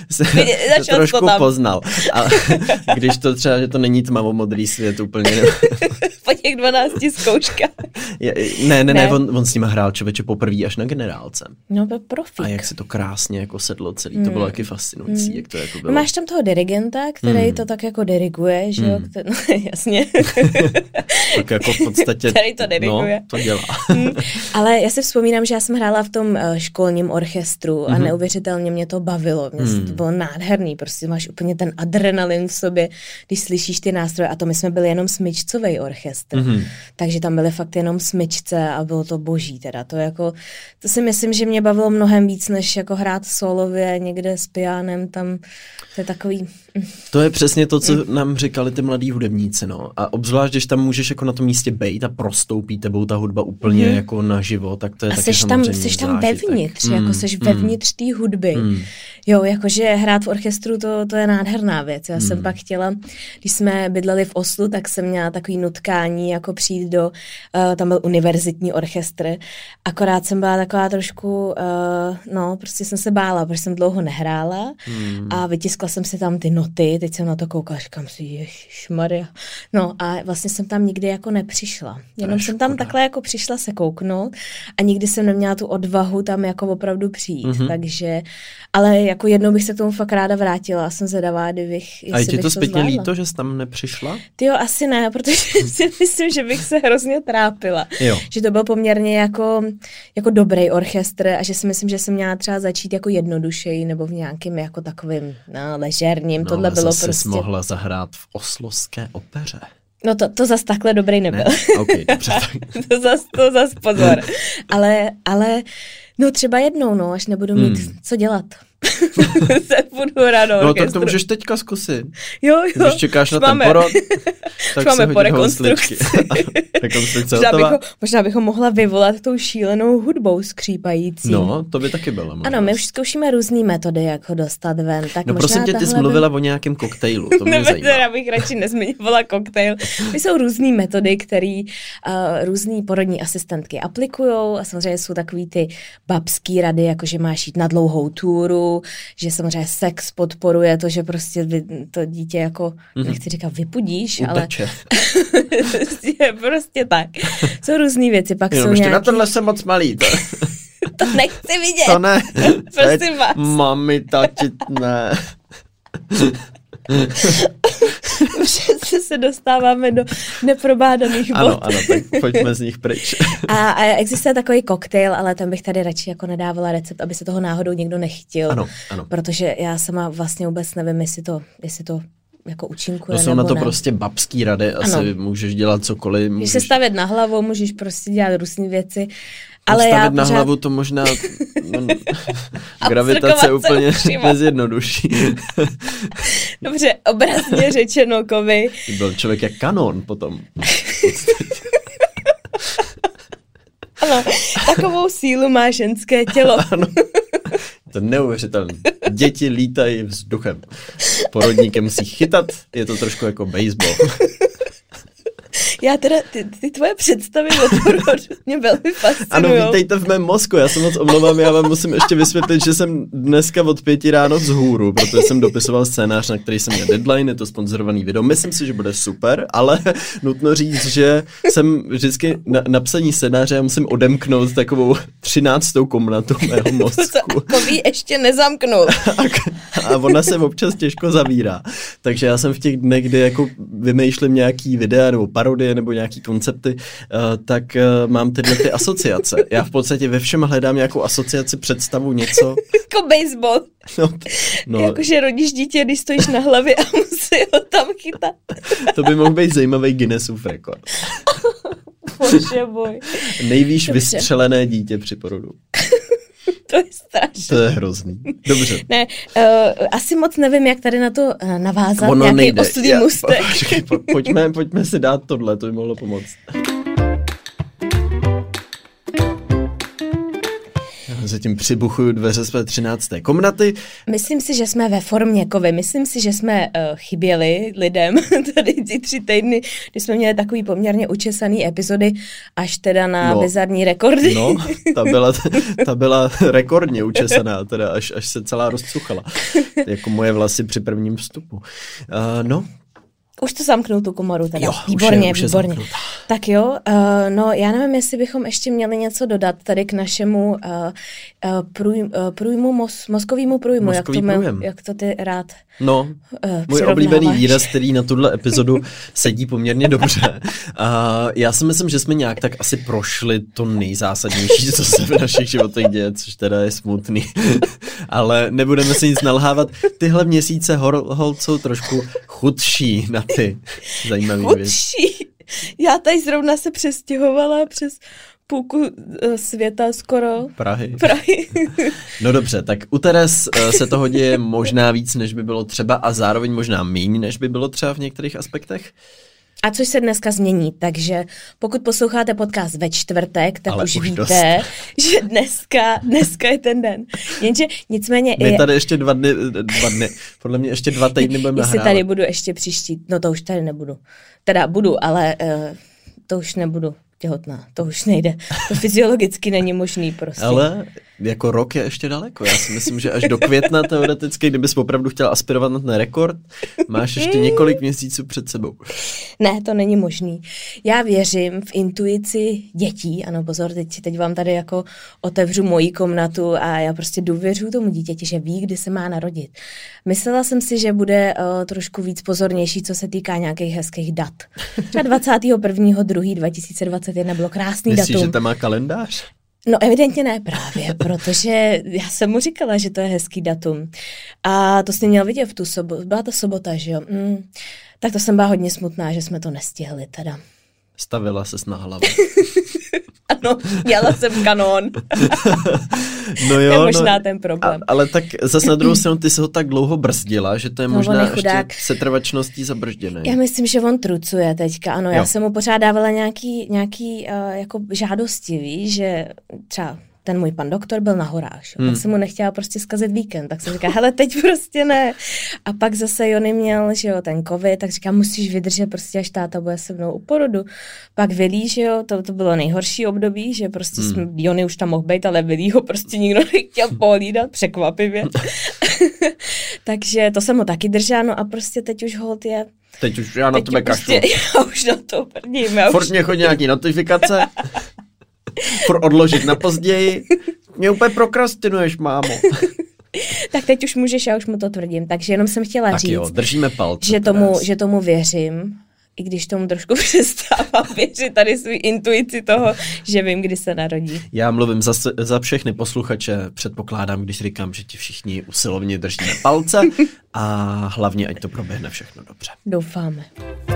S1: trošku poznal. A když to třeba, že to není tmavomodrý svět úplně.
S2: Po těch 12 zkouškách.
S1: Ne, on s nima hrál člověče poprvé až na generálce.
S2: No, byl profík.
S1: A jak se to krásně jako sedlo celý, to bylo taky fascinující, jak to jako bylo.
S2: No, máš tam toho dirigenta, který to tak jako diriguje, že jo? No, jasně.
S1: Tak jako v podstatě,
S2: který to diriguje.
S1: No, to dělá.
S2: Ale já si vzpomínám, že já jsem hrála v tom školním orchestru a neuvěřitelně mě to bavilo. To bylo nádherný, prostě máš úplně ten adrenalin v sobě, když slyšíš ty nástroje a to my jsme byli jenom smyčcovej orchestr. Takže tam byly fakt jenom smyčce a bylo to boží teda. To si myslím, že mě bavilo mnohem víc, než jako hrát solově někde s pianem, tam to je takový...
S1: To je přesně to, co nám říkali ty mladí hudebníci, no. A obzvlášť, když tam můžeš jako na tom místě bejt a prostoupí tebou ta hudba úplně jako naživo, tak to je taky samozřejmě zážitek.
S2: Seš tam vevnitř, jako seš vevnitř té hudby. Jo, jakože hrát v orchestru, to je nádherná věc. Já jsem pak chtěla, když jsme bydleli v Oslu, tak jsem měla takový nutkání, jako přijít tam byl univerzitní orchestr, akorát jsem byla taková trošku, prostě jsem se bála, protože jsem dlouho nehrála a vytiskla jsem si tam ty noty, teď jsem na to koukala, říkám si, ježišmarja. No a vlastně jsem tam nikdy jako nepřišla. Jenom jsem tam takhle jako přišla se kouknout a nikdy jsem neměla tu odvahu tam jako opravdu přijít, takže, ale jako jednou bych se k tomu fakt ráda vrátila a jsem zvědavá,
S1: a je ti to zpětně líto, že jsi tam nepřišla?
S2: Tyjo, asi ne, protože si myslím, že bych se hrozně trápila.
S1: Jo.
S2: Že to byl poměrně jako dobrý orchestr a že si myslím, že jsem měla třeba začít jako jednodušeji nebo v nějakým jako takovým ležérním. Tohle bylo
S1: zase
S2: prostě...
S1: mohla zahrát v Oslovské opeře.
S2: No to zas takhle dobrý nebyl.
S1: Ne? Okay, dobře.
S2: to zas pozor. Ale no třeba jednou, až nebudu mít co dělat. se fotbalu
S1: No
S2: orchestru.
S1: tak to můžeš teďka zkusit.
S2: Jo.
S1: Když čekáš na ten porod, tak
S2: máme
S1: se
S2: po
S1: hodí
S2: rekonstrukci.
S1: Rekonstrukce hotová.
S2: Možná bychom mohla vyvolat tou šílenou hudbou skřípající.
S1: No, to by taky bylo.
S2: Ano, my už zkoušíme různé metody, jak ho dostat ven. Tak
S1: no prosím tě, ty jsi mluvila o nějakém koktejlu, to mě zajímá.
S2: Teda bych radši nezmiňovala koktejl. Jsou různé metody, které různý porodní asistentky aplikujou a samozřejmě jsou takový ty babský rady, jako že máš jít na dlouhou túru, že samozřejmě sex podporuje to, že prostě to dítě jako, nechci říkat vypudíš,
S1: Uteče.
S2: ale prostě tak. Jsou různý věci, pak jsou nějaký...
S1: na tohle jsem moc malý.
S2: To nechci vidět.
S1: To ne.
S2: Prosím vás.
S1: Mami, tati, ne.
S2: Přece se dostáváme do neprobádaných bod.
S1: Ano, tak pojďme z nich pryč.
S2: A existuje takový koktejl, ale tam bych tady radši jako nedávala recept, aby se toho náhodou někdo nechtěl.
S1: Ano.
S2: Protože já sama vlastně vůbec nevím, jestli to jako účinkuje,
S1: jsou
S2: nebo
S1: na to
S2: ne.
S1: prostě babský rady, asi
S2: ano.
S1: můžeš dělat cokoliv.
S2: Když se stavět na hlavu, můžeš prostě dělat různé věci. Ale
S1: stavět
S2: já
S1: na
S2: pořád...
S1: hlavu to možná gravitace úplně nezjednoduší.
S2: Dobře, obrazně řečeno, kovy.
S1: Byl člověk jak kanon potom.
S2: Ano, takovou sílu má ženské tělo.
S1: Ano. To je neuvěřitelné. Děti lítají vzduchem. Porodník je musí chytat, je to trošku jako baseball.
S2: Já teda, ty tvoje představy o porodu mě velmi fascinujou.
S1: Ano, vítejte v mém mozku, já se moc omlouvám, já vám musím ještě vysvětlit, že jsem dneska od 5 ráno vzhůru, protože jsem dopisoval scénář, na který jsem měl deadline, je to sponzorovaný video. Myslím si, že bude super, ale nutno říct, že jsem vždycky na psaní scénáře, já musím odemknout takovou 13. komnatu mého mozku.
S2: Kový ještě nezamknul.
S1: A ona se občas těžko zavírá. Takže já jsem v těch dnech, kdy jako vymýšlím nějaký videa nebo parodie nebo nějaký koncepty, tak mám tyhle ty asociace. Já v podstatě ve všem hledám nějakou asociaci, představu, něco.
S2: Jako baseball.
S1: No.
S2: Jakože rodíš dítě, když stojíš na hlavě a musí ho tam chytat.
S1: To by mohl být zajímavý Guinnessův rekord.
S2: Bože boj.
S1: Nejvýš vystřelené dítě při porodu.
S2: To je strašné.
S1: To je hrozný. Dobře.
S2: Ne, asi moc nevím, jak tady na to navázat.
S1: Ono
S2: nějaký
S1: nejde.
S2: oslý můstek.
S1: Pojďme si dát tohle, to by mohlo pomoct. Zatím přibuchuju dveře své 13. komnaty.
S2: Myslím si, že jsme ve formě kovy. Myslím si, že jsme chyběli lidem tady ty 3 týdny, kdy jsme měli takový poměrně učesaný epizody, až teda na bizarní rekordy.
S1: No, ta byla rekordně učesaná, teda až se celá rozcuchala. Jako moje vlasy při prvním vstupu.
S2: Už to zamknul tu komoru teda.
S1: Jo,
S2: výborně.
S1: Už je
S2: Tak jo, no já nevím, jestli bychom ještě měli něco dodat tady k našemu mozkovému průjmu. Jak to ty rád
S1: můj oblíbený výraz, který na tuhle epizodu sedí poměrně dobře. Já si myslím, že jsme nějak tak asi prošli to nejzásadnější, co se v našich životech děje, což teda je smutný. Ale nebudeme si nic nalhávat. Tyhle měsíce holt jsou trošku chudší na ty zajímavé věci.
S2: Já tady zrovna se přestěhovala přes půlku světa skoro.
S1: Prahy.
S2: No
S1: dobře, tak u Teres se toho děje možná víc, než by bylo třeba a zároveň možná míň, než by bylo třeba v některých aspektech.
S2: A což se dneska změní, takže pokud posloucháte podcast ve čtvrtek, tak už víte, že dneska je ten den. Jenže nicméně...
S1: My tady ještě 2 dny, podle mě ještě 2 týdny budeme nahrávat.
S2: Jestli tady budu ještě příští, no to už tady nebudu. Teda budu, ale to už nebudu těhotná, to už nejde. To fyziologicky není možný prostě.
S1: Ale jako rok je ještě daleko. Já si myslím, že až do května teoreticky, kdybys opravdu chtěla aspirovat na ten rekord, máš ještě několik měsíců před sebou.
S2: Ne, to není možný. Já věřím v intuici dětí, ano pozor, teď vám tady jako otevřu moji komnatu a já prostě důvěřuji tomu dítěti, že ví, kdy se má narodit. Myslela jsem si, že bude trošku víc pozornější, co se týká nějakých hezkých dat. Třeba 21.2.2021 bylo krásný datum.
S1: Myslíš, že tam má kalendář?
S2: No evidentně ne právě, protože já jsem mu říkala, že to je hezký datum. A to jsi měl vidět v tu sobotu, byla to sobota, že jo? Tak to jsem byla hodně smutná, že jsme to nestihli teda.
S1: Stavila ses na hlavu.
S2: Ano, měla jsem kanón.
S1: No jo,
S2: to je možná ten problém.
S1: Ale tak zase na druhou stranu ty se ho tak dlouho brzdila, že to je možná ještě setrvačností zabržděný.
S2: Já myslím, že on trucuje teďka, ano. Jo. Já jsem mu pořád dávala nějaký jako žádosti, víš, že třeba ten můj pan doktor byl na horách, tak jsem mu nechtěla prostě zkazit víkend, tak jsem říkala, hele, teď prostě ne. A pak zase Jony měl, že jo, ten covid, tak říkám, musíš vydržet prostě, až táta bude se mnou u porodu. Pak Vilí, že jo, to bylo nejhorší období, že prostě Jony už tam mohl být, ale Vilího prostě nikdo nechtěl pohlídat, překvapivě. Takže to jsem ho taky držela, no a prostě teď už holt je.
S1: Teď už já na tebe kašlu.
S2: Já už na to prdím.
S1: Furt mě chodí nějaký notifikace. Odložit na později. Mě úplně prokrastinuješ, mámo.
S2: Tak teď už můžeš, já už mu to tvrdím. Takže jenom jsem chtěla
S1: tak
S2: říct,
S1: jo, držíme palce,
S2: že tomu věřím, i když tomu trošku přestávám věřit tady svůj intuici toho, že vím, kdy se narodí.
S1: Já mluvím za všechny posluchače, předpokládám, když říkám, že ti všichni usilovně držíme palce a hlavně, ať to proběhne všechno dobře.
S2: Doufáme.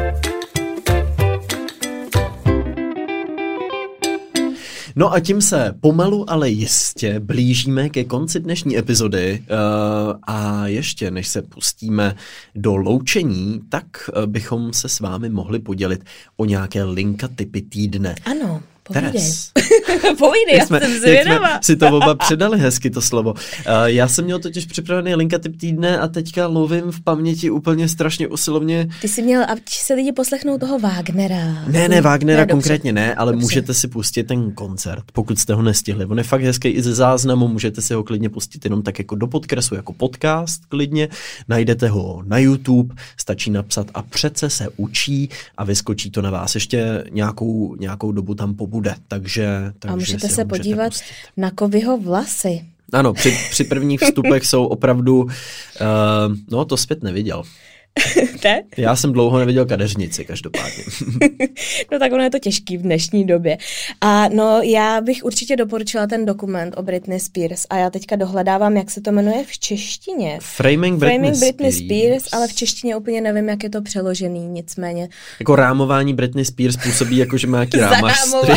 S1: No a tím se pomalu, ale jistě blížíme ke konci dnešní epizody a ještě než se pustíme do loučení, tak bychom se s vámi mohli podělit o nějaké linka tipy týdne.
S2: Ano.
S1: Teres.
S2: Povídej, já jsem zvědavá.
S1: Jak jsme si to oba předali hezky to slovo. Já jsem měl totiž připravený linka tip týdne a teďka lovím v paměti úplně strašně usilovně.
S2: Ty jsi měl, aby se lidi poslechnou toho Wagnera.
S1: Ne, Wagnera konkrétně ne, ale dobře. Můžete si pustit ten koncert, pokud jste ho nestihli. On je fakt hezký i ze záznamu, můžete si ho klidně pustit jenom tak jako do podkresu, jako podcast klidně. Najdete ho na YouTube, stačí napsat a přece se učí a vyskočí to na vás. Ještě nějakou dobu tam pobude. Takže
S2: a můžete se podívat na Kovyho vlasy.
S1: Ano, při prvních vstupech jsou opravdu, to zpět neviděl.
S2: Ne?
S1: Já jsem dlouho neviděl kadeřnici, každopádně.
S2: No tak ono je to těžký v dnešní době. A no, já bych určitě doporučila ten dokument o Britney Spears a já teďka dohledávám, jak se to jmenuje v češtině.
S1: Framing Britney
S2: Spears, ale v češtině úplně nevím, jak je to přeložený, nicméně.
S1: Jako rámování Britney Spears působí jako, že má nějaký rámařství.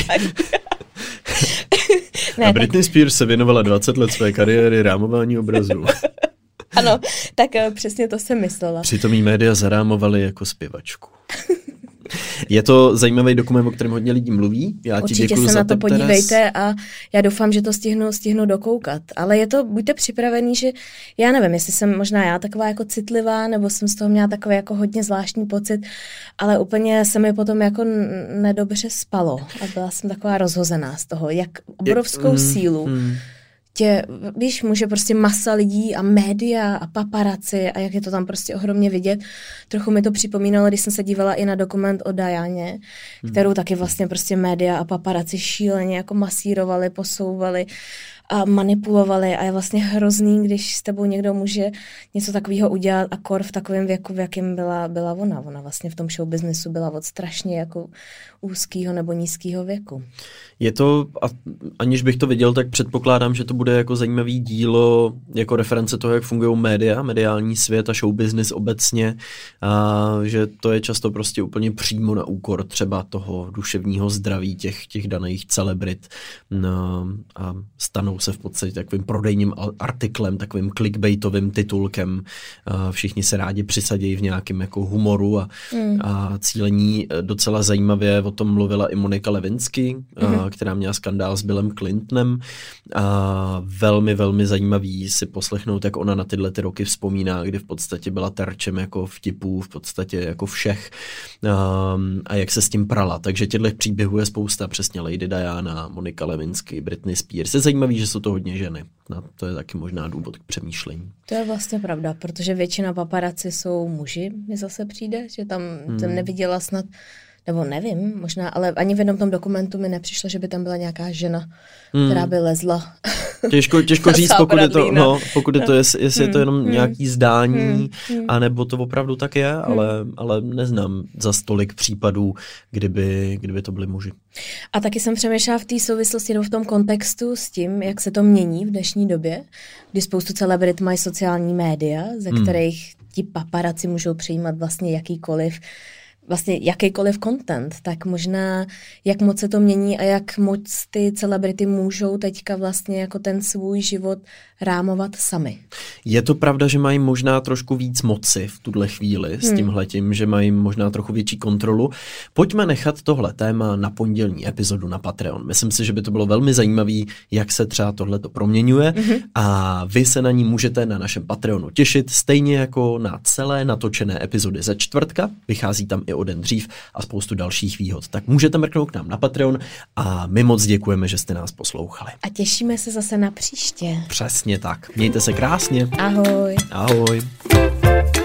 S1: A Britney Spears se věnovala 20 let své kariéry rámování obrazů.
S2: Ano, tak přesně to jsem myslela.
S1: Přitom jí média zarámovali jako zpěvačku. Je to zajímavý dokument, o kterém hodně lidí mluví. Já ti děkuju
S2: se
S1: za
S2: na to
S1: tip,
S2: podívejte a já doufám, že to stihnu dokoukat. Ale buďte připravený, že já nevím, jestli jsem možná já taková jako citlivá, nebo jsem z toho měla takový jako hodně zvláštní pocit, ale úplně se mi potom jako nedobře spalo a byla jsem taková rozhozená z toho, jak obrovskou sílu víš, může prostě masa lidí a média a paparaci a jak je to tam prostě ohromně vidět. Trochu mi to připomínalo, když jsem se dívala i na dokument o Dianě, kterou taky vlastně prostě média a paparaci šíleně jako masírovali, posouvali a manipulovali a je vlastně hrozný, když s tebou někdo může něco takového udělat a kor v takovém věku, v jakém byla ona. Ona vlastně v tom showbiznesu byla od strašně jako úzkýho nebo nízkýho věku.
S1: Je to, aniž bych to viděl, tak předpokládám, že to bude jako zajímavý dílo, jako reference toho, jak fungují média, mediální svět a showbiznis obecně, a že to je často prostě úplně přímo na úkor třeba toho duševního zdraví těch daných celebrit a stanou se v podstatě takovým prodejním artiklem, takovým clickbaitovým titulkem. Všichni se rádi přisadí v nějakém jako humoru a cílení. Docela zajímavě o tom mluvila i Monika Lewinsky, která měla skandál s Billem Clintonem. Velmi, velmi zajímavý si poslechnout, jak ona na tyhle ty roky vzpomíná, kdy v podstatě byla terčem jako vtipů, v podstatě jako všech a jak se s tím prala. Takže těchto příběhů je spousta, přesně Lady Diana, Monika Lewinsky, Britney Spears. Je zajímavý, že jsou to hodně ženy. No, to je taky možná důvod k přemýšlení.
S2: To je vlastně pravda, protože většina paparaci jsou muži, mi zase přijde, že tam jsem neviděla snad, nebo nevím, možná, ale ani v jednom tom dokumentu mi nepřišlo, že by tam byla nějaká žena, která by lezla.
S1: Těžko říct, pokud je to, jestli je to jenom nějaký zdání, anebo to opravdu tak je, ale neznám za tolik případů, kdyby to byli muži.
S2: A taky jsem přemýšlela v té souvislosti nebo v tom kontextu s tím, jak se to mění v dnešní době, kdy spoustu celebrit mají sociální média, ze kterých ti paparaci můžou přijímat vlastně jakýkoliv vlastně jakýkoliv content, tak možná jak moc se to mění a jak moc ty celebrity můžou teďka vlastně jako ten svůj život rámovat sami.
S1: Je to pravda, že mají možná trošku víc moci v tuhle chvíli s tímhletím, že mají možná trochu větší kontrolu. Pojďme nechat tohle téma na pondělní epizodu na Patreon. Myslím si, že by to bylo velmi zajímavé, jak se třeba tohleto proměňuje a vy se na ní můžete na našem Patreonu těšit, stejně jako na celé natočené epizody ze čtvrtka. Vychází tam i o den dřív a spoustu dalších výhod. Tak můžete mrknout k nám na Patreon a my moc děkujeme, že jste nás poslouchali.
S2: A těšíme se zase na příště.
S1: Přesně tak. Mějte se krásně.
S2: Ahoj.
S1: Ahoj.